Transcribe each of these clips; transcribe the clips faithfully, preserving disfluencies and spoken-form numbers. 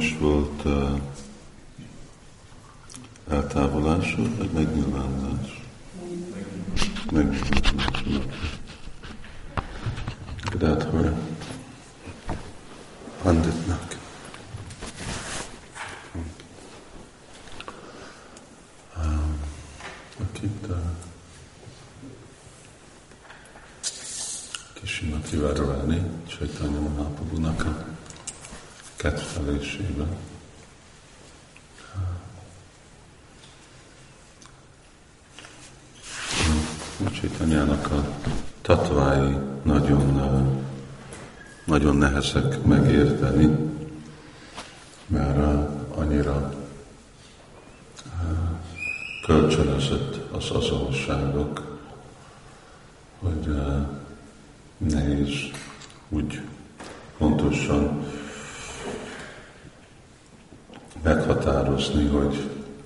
is volt uh, eltávolásod, vagy megnyilvánulás? Megnyilvánulás. Gadadhar Panditnak. Um, akit a Srimati Radharani, Chaitanya Mahaprabhunak a kedvelésében. Chaitanyának a tatvái nagyon, nagyon nehezek megérteni, mert annyira kölcsönözött az azonosságok, hogy nehéz úgy pontosan meghatározni, hogy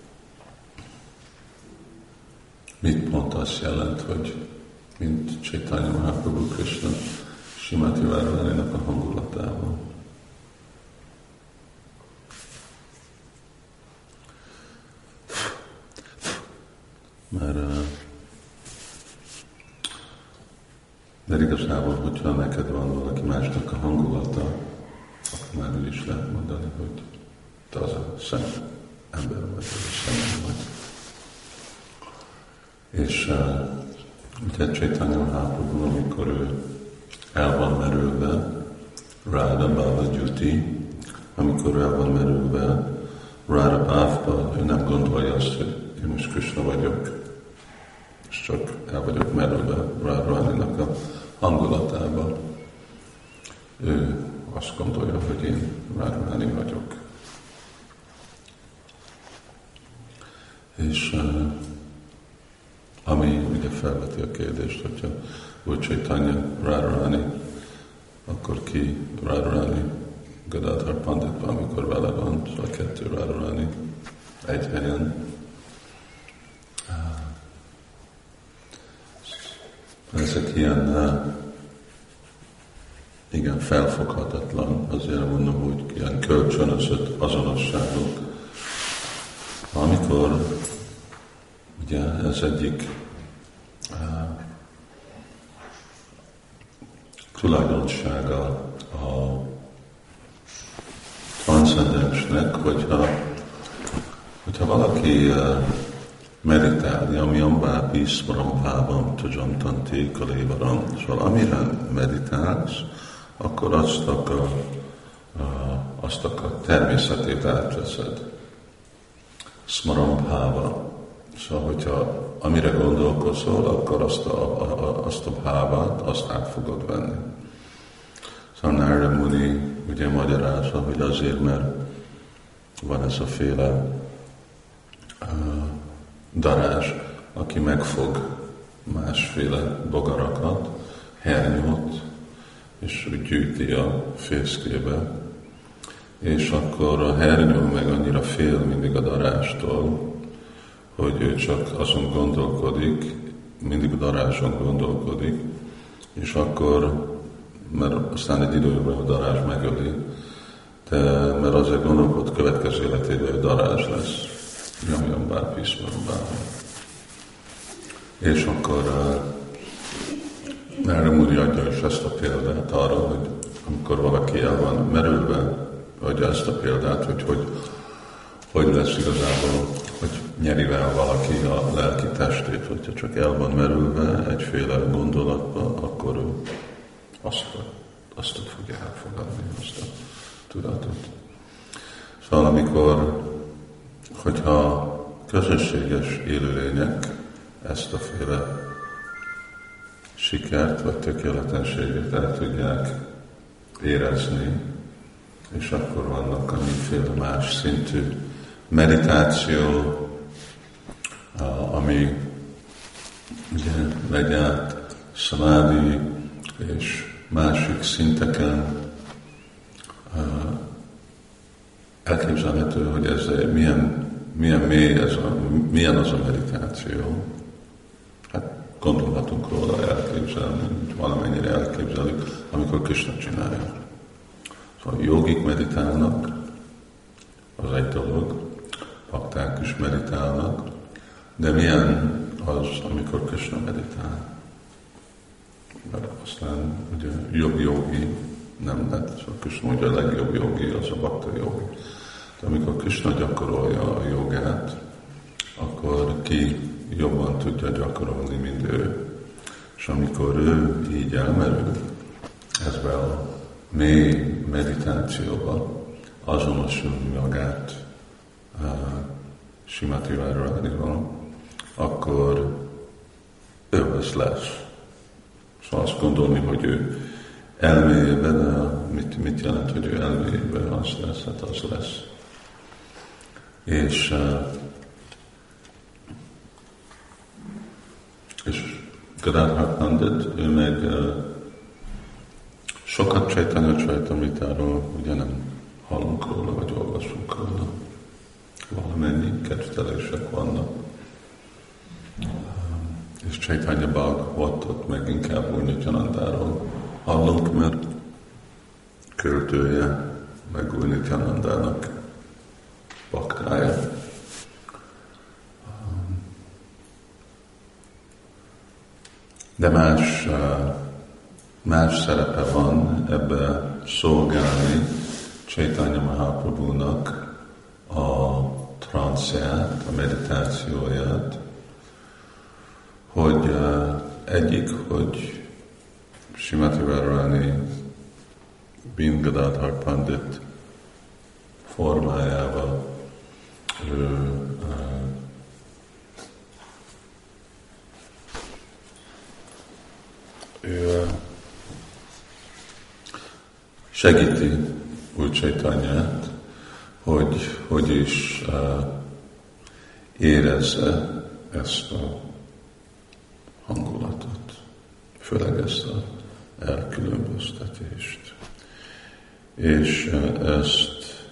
mit pont azt jelent, hogy mint Chaitanya Mahaprabhu Krishna Srimati Radharaninak a hangulatában. Mert de igazából, hogyha neked van valaki másnak a hangulata, akkor már úgy is lehet mondani, hogy te az a szent ember vagy, az a személy vagy. És uh, ugye Chaitanya Mahaprabhu, amikor ő el van merülve, Radha Bhava Juti, amikor ő el van merülve Radha Bhavba, ő nem gondolja azt, hogy én most Krishna vagyok, és csak el vagyok merülve Radharaninak a hangulatában. Ő azt gondolja, hogy én Radharani vagyok. És uh, ami ugye felveti a kérdést, hogyha Úr Chaitanya Radharani, akkor ki Radharani Gadadhar Panditban, amikor vele van, szóval kettő Radharani egy helyen. Ezek ilyen, igen, felfoghatatlan, azért mondom, hogy ilyen kölcsönözött azonosságok. Amikor ugye ez egyik uh, tulajdonsága a transzcendensnek, hogyha, hogyha valaki uh, meditálni, ami ambápi szmarambhában tujantanti kalévaram. Szóval amire meditálsz, akkor azt a, a, azt a természetét átveszed. Szmarambháva. Szóval, hogyha amire gondolkozol, akkor azt a, a, azt a bhávát, azt át fogod venni. Szóval Narada Muni ugye magyarázza, hogy azért, mert van ez a féle uh, darázs, aki megfog másféle bogarakat, hernyót, és úgy gyűjti a fészkébe, és akkor a hernyó meg annyira fél mindig a darástól, hogy ő csak azon gondolkodik, mindig a daráson gondolkodik, és akkor, mert aztán egy időben a darázs megöli, de mert azért gondolkod, következő életében a darázs lesz. Jam-jam bár piszmarom bár. És akkor Narada Muni adja is ezt a példát arra, hogy amikor valaki el van merülve, adja ezt a példát, hogy hogy, hogy lesz igazából, hogy nyeri el valaki a lelki testét, hogyha csak el van merülve egyféle gondolatba, akkor ő azt, azt fogja elfogadni, azt a tudatot. Szóval amikor hogyha közösséges élőlények ezt a féle sikert vagy tökéletenséget el tudják érezni, és akkor vannak annyiféle más szintű meditáció, ami ugye megy át szamádi és másik szinteken. Elképzelhető, hogy ez milyen, milyen mély ez a, milyen az a meditáció. Hát gondolhatunk róla elképzelni, valamennyire elképzeljük, amikor Krishna csinálja. Szóval jogik meditálnak, az egy dolog, bakták is meditálnak, de milyen az, amikor Krishna meditál? Mert aztán ugye jobb jogi nem lett, szóval Krishna mondja, a legjobb jogi az a bakta jogi. De amikor Krishna gyakorolja a jogát, akkor ki jobban tudja gyakorolni, mint ő. És amikor ő így elmerül ezbe a mély meditációba, azonosul magát uh, Srimati Radharanival, akkor ő az lesz. Szóval azt gondolni, hogy ő elmélyében, de mit, mit jelent, hogy ő elmélyében az lesz, hát az lesz. És, uh, és Gadadhar Pandit, ő meg uh, sokat Chaitanya Charitamritáról ugye nem hallunk róla, vagy olvasunk róla. Valamennyi kedvtelések vannak. És Chaitanya Bhagavatot meg inkább úgy Nityanandáról hallunk, mert költője, meg úgy Nityanandának baktája. De más, más szerepe van ebbe szolgálni Chaitanya Mahaprabhunak a transzját, a meditációját, hogy uh, egyik, hogy Srimati Radharani Bin Gadadhar Pandit formájában ő uh, ő uh, segíti Úr Chaitanyát, hogy hogy is uh, érezze ezt a hangulatot, főleg ezt az elkülönböztetést. És uh, ezt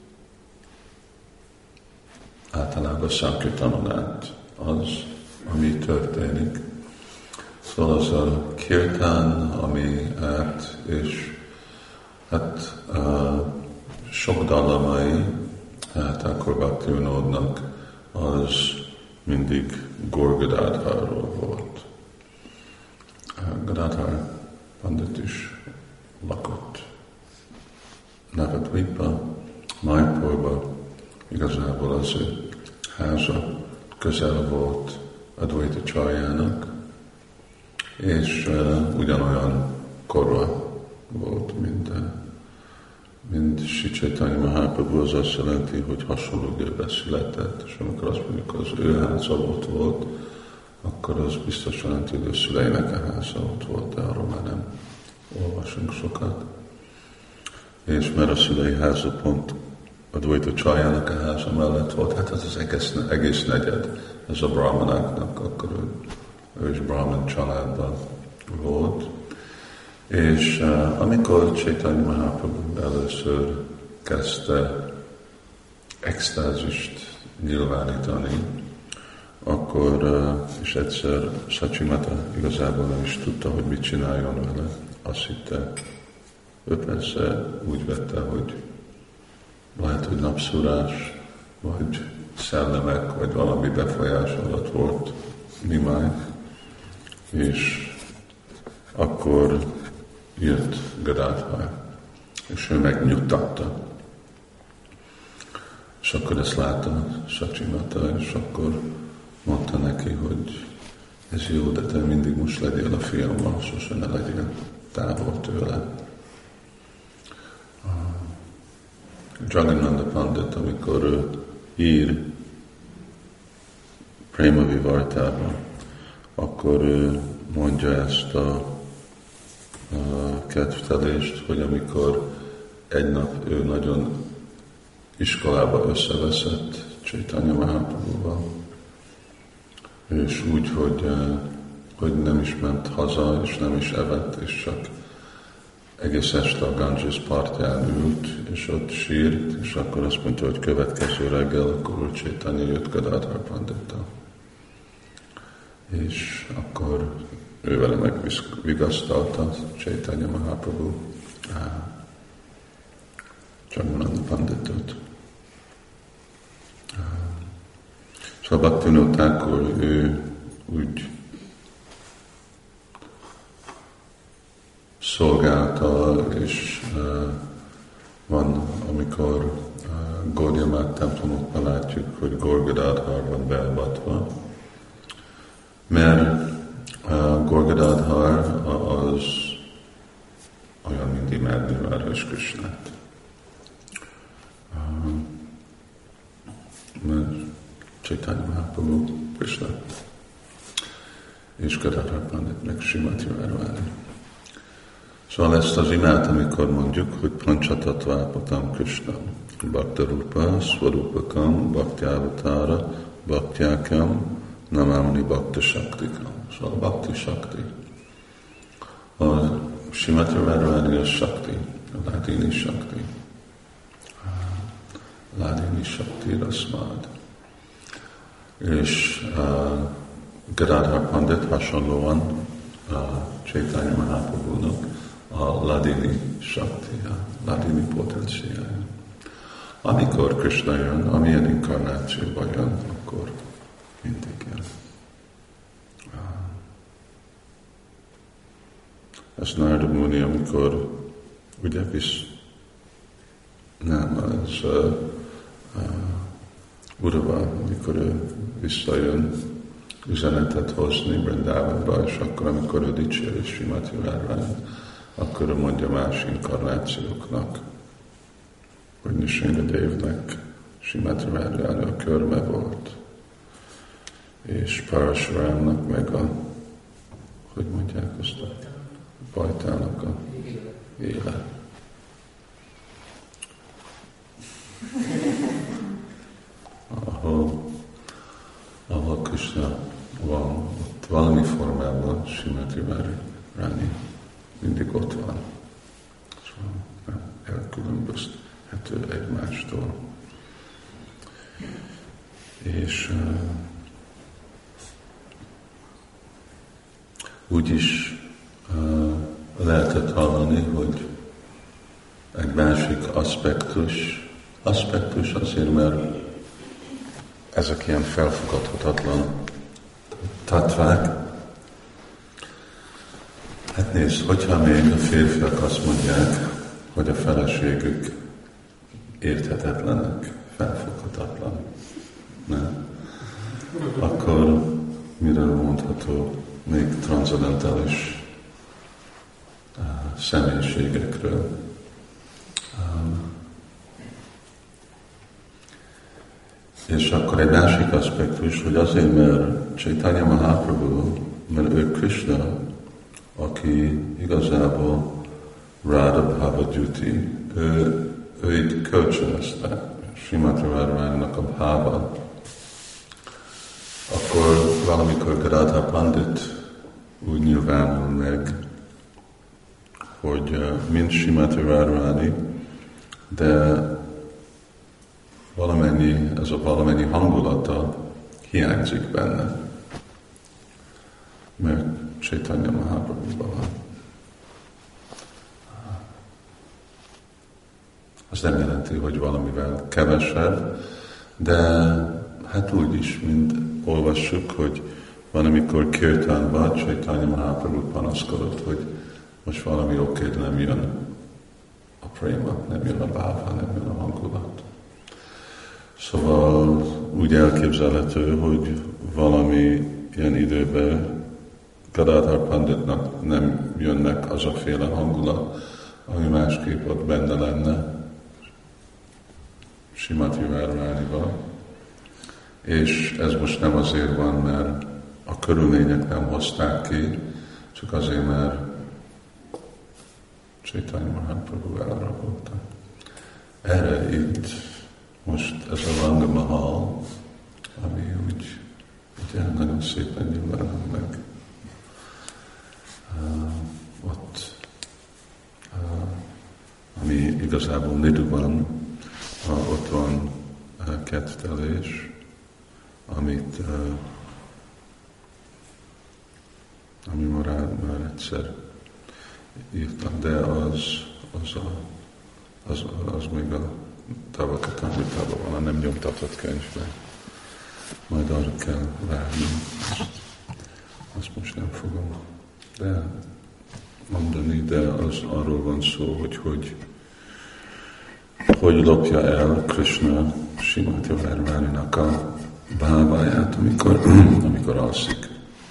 általában Sankirtanon át az, ami történik. Szóval az a kirtán, ami át, és hát uh, sok dallamai, hát akkor Bhakti Vinodnak az mindig Gaur Gadadharról volt. Gadadhar Pandit is lakott Navadvipa, Mayapurba, igazából az ő háza közel volt Advaita Charjának, és uh, ugyanolyan korra volt, mint, uh, mint Sri Chaitanya Mahaprabhu, az azt jelenti, hogy hasonló időben született, és amikor azt mondjuk, az ő háza ott volt, akkor az biztos jelenti, hogy a szüleinek a háza ott volt, de arról már nem olvasunk sokat. És mert a szülei háza pont a Advaita Charjának a háza mellett volt, hát ez az egész, egész negyed, ez a brahmanáknak, akkor ő, ő is brahman családban volt. És uh, amikor Chaitanya Mahaprabhu először kezdte extázist nyilvánítani, akkor, uh, és egyszer Sachimata igazából nem is tudta, hogy mit csináljon vele. Azt hitte, ő persze úgy vette, hogy lehet, hogy napszúrás, vagy szellemek, vagy valami befolyás alatt volt Nimáj, és akkor jött Gadadhar, és ő megnyugtatta. És akkor ezt látta Sachimata, és akkor mondta neki, hogy ez jó, de te mindig most legyél a fiammal, sose ne legyél távol tőle. Jagannatha Pandit, amikor ő ír Prema Vivartában, akkor ő mondja ezt a, a kedvtelést, hogy amikor egy nap ő nagyon iskolába összeveszett Chaitanya Mahaprabhuval, és úgy, hogy, hogy nem is ment haza, és nem is evett, és csak egész este a Ganges partján ült, és ott sírt, és akkor azt mondta, hogy következő reggel, akkor Úr Chaitanya jött Gadadhar Pandittal. És akkor ő vele megvigasztalta Chaitanya Mahaprabhu Jagannatha Panditot. Szóval Bhaktivinoda Thakur, ő úgy szolgálta, és uh, van, amikor uh, Gaudiya Mát templomokban látjuk, hogy Gaur Gadadhar van beavatva, mert uh, Gaur Gadadhar az olyan, mint imádni Radha és Krishnát. Uh, mert Chaitanya Mahaprabhu Krishna és Gadadhar Pandit meg Srimati Radharani. Szóval ezt az imát, amikor mondjuk, hogy Panchatattvápatam Krishna, Bhakta Rupa, Svarupakam, Bhaktyavatára, Bhaktyákam, Namámani Bhakta Shaktikam. Szóval Bhakti Shakti. A Srimati Radharani a Shakti, a Ládini Shakti. Ládini Shakti Rasmad. És uh, Gadadhar Pandit hasonlóan uh, Chaitanya Mahaprabhunak a Ladini Shakti, a Ladini potenciája. Amikor Krishna jön, amilyen inkarnációban jön, akkor mindig jön. Ez Narada Muni, amikor ugye visz, nem, az uh, uh, Udava, amikor ő visszajön üzenetet hozni Vrindavanba, és akkor, amikor ő dicséri Srimati Radharani, akkor ő mondja más inkarnációknak, hogy Nrsingadevnek Srimati Radharani a körme volt, és Parashuramnak meg a, hogy mondják azt a Bajtának a élet. Ahol, ahol Krishna van, ott valami formában Srimati Radharani mindig ott van. Szóval nem elkülönböztethető egymástól. És uh, úgy is uh, lehetett hallani, hogy egy másik aspektus, aspektus azért, mert ezek ilyen felfogadhatatlan tatvák. Hát nézd, hogyha még a férfiak azt mondják, hogy a feleségük érthetetlenek, felfoghatatlan, nem? Akkor miről mondható még transzendentális uh, személyiségekről? Um, és akkor egy másik aspektus, hogy azért, mert Chaitanya Mahaprabhu, mert ő Krishna, aki igazából Radha Bhavajuti, ő, ő itt kölcsönözte Srimati Radharaninak a bháva, akkor valamikor Gadadhar Pandit úgy nyilvánul meg, hogy mint Srimati Radharani, de valamennyi, ez a valamennyi hangulata hiányzik benne, mert Chaitanya Mahaprabhuban van. Az nem jelenti, hogy valamivel kevesebb, de hát úgy is, mint olvassuk, hogy van, amikor kirtánban Chaitanya Mahaprabhu panaszkodott, hogy most valami oké, de nem jön a préma, nem jön a báva, nem jön a hangulat. Szóval úgy elképzelhető, hogy valami ilyen időben Gadadhar Panditnak nem jönnek az a féle hangulat, ami másképp ott benne lenne Srimati Radharanival. És ez most nem azért van, mert a körülmények nem hozták ki, csak azért, mert Chaitanya Mahaprabhu elrabolta. Erre itt most ez a Ranga Mahal, ami úgy ugye, nagyon szépen nyilvánul meg. Uh, ott, uh, ami igazából Niduban, uh, ott van uh, kettelés, amit uh, ami már, már egyszer írtam, de az, az, a, az, az még a Tavakatamritában van, a nem nyomtatott könyvben. majd arra kell várni. Azt most nem fogom de mondani, de az arról van szó, hogy hogy, hogy lopja el Krishna Srimati Radharaninak a bháváját, amikor, amikor alszik.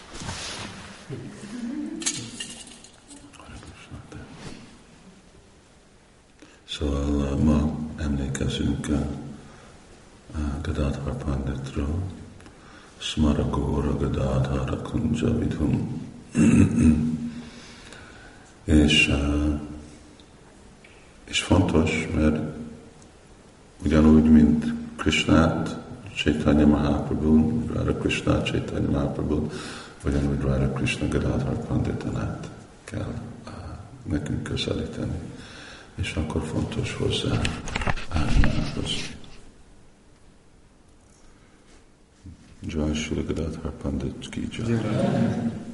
Szóval ma emlékezünk a Gadadhar Panditról, Smaragóra Gadadhara Kunja Vidhum. és, és fontos, mert ugyanúgy, mint Krishnát, Chaitanya Mahaprabhu, Radha Krishnát, Chaitanya Mahaprabhu, ugyanúgy Radha Krishna Gadadhar Panditanát kell nekünk közelíteni. És akkor fontos hozzá állnához. Jai Shri Gadadhar Pandit ki jai.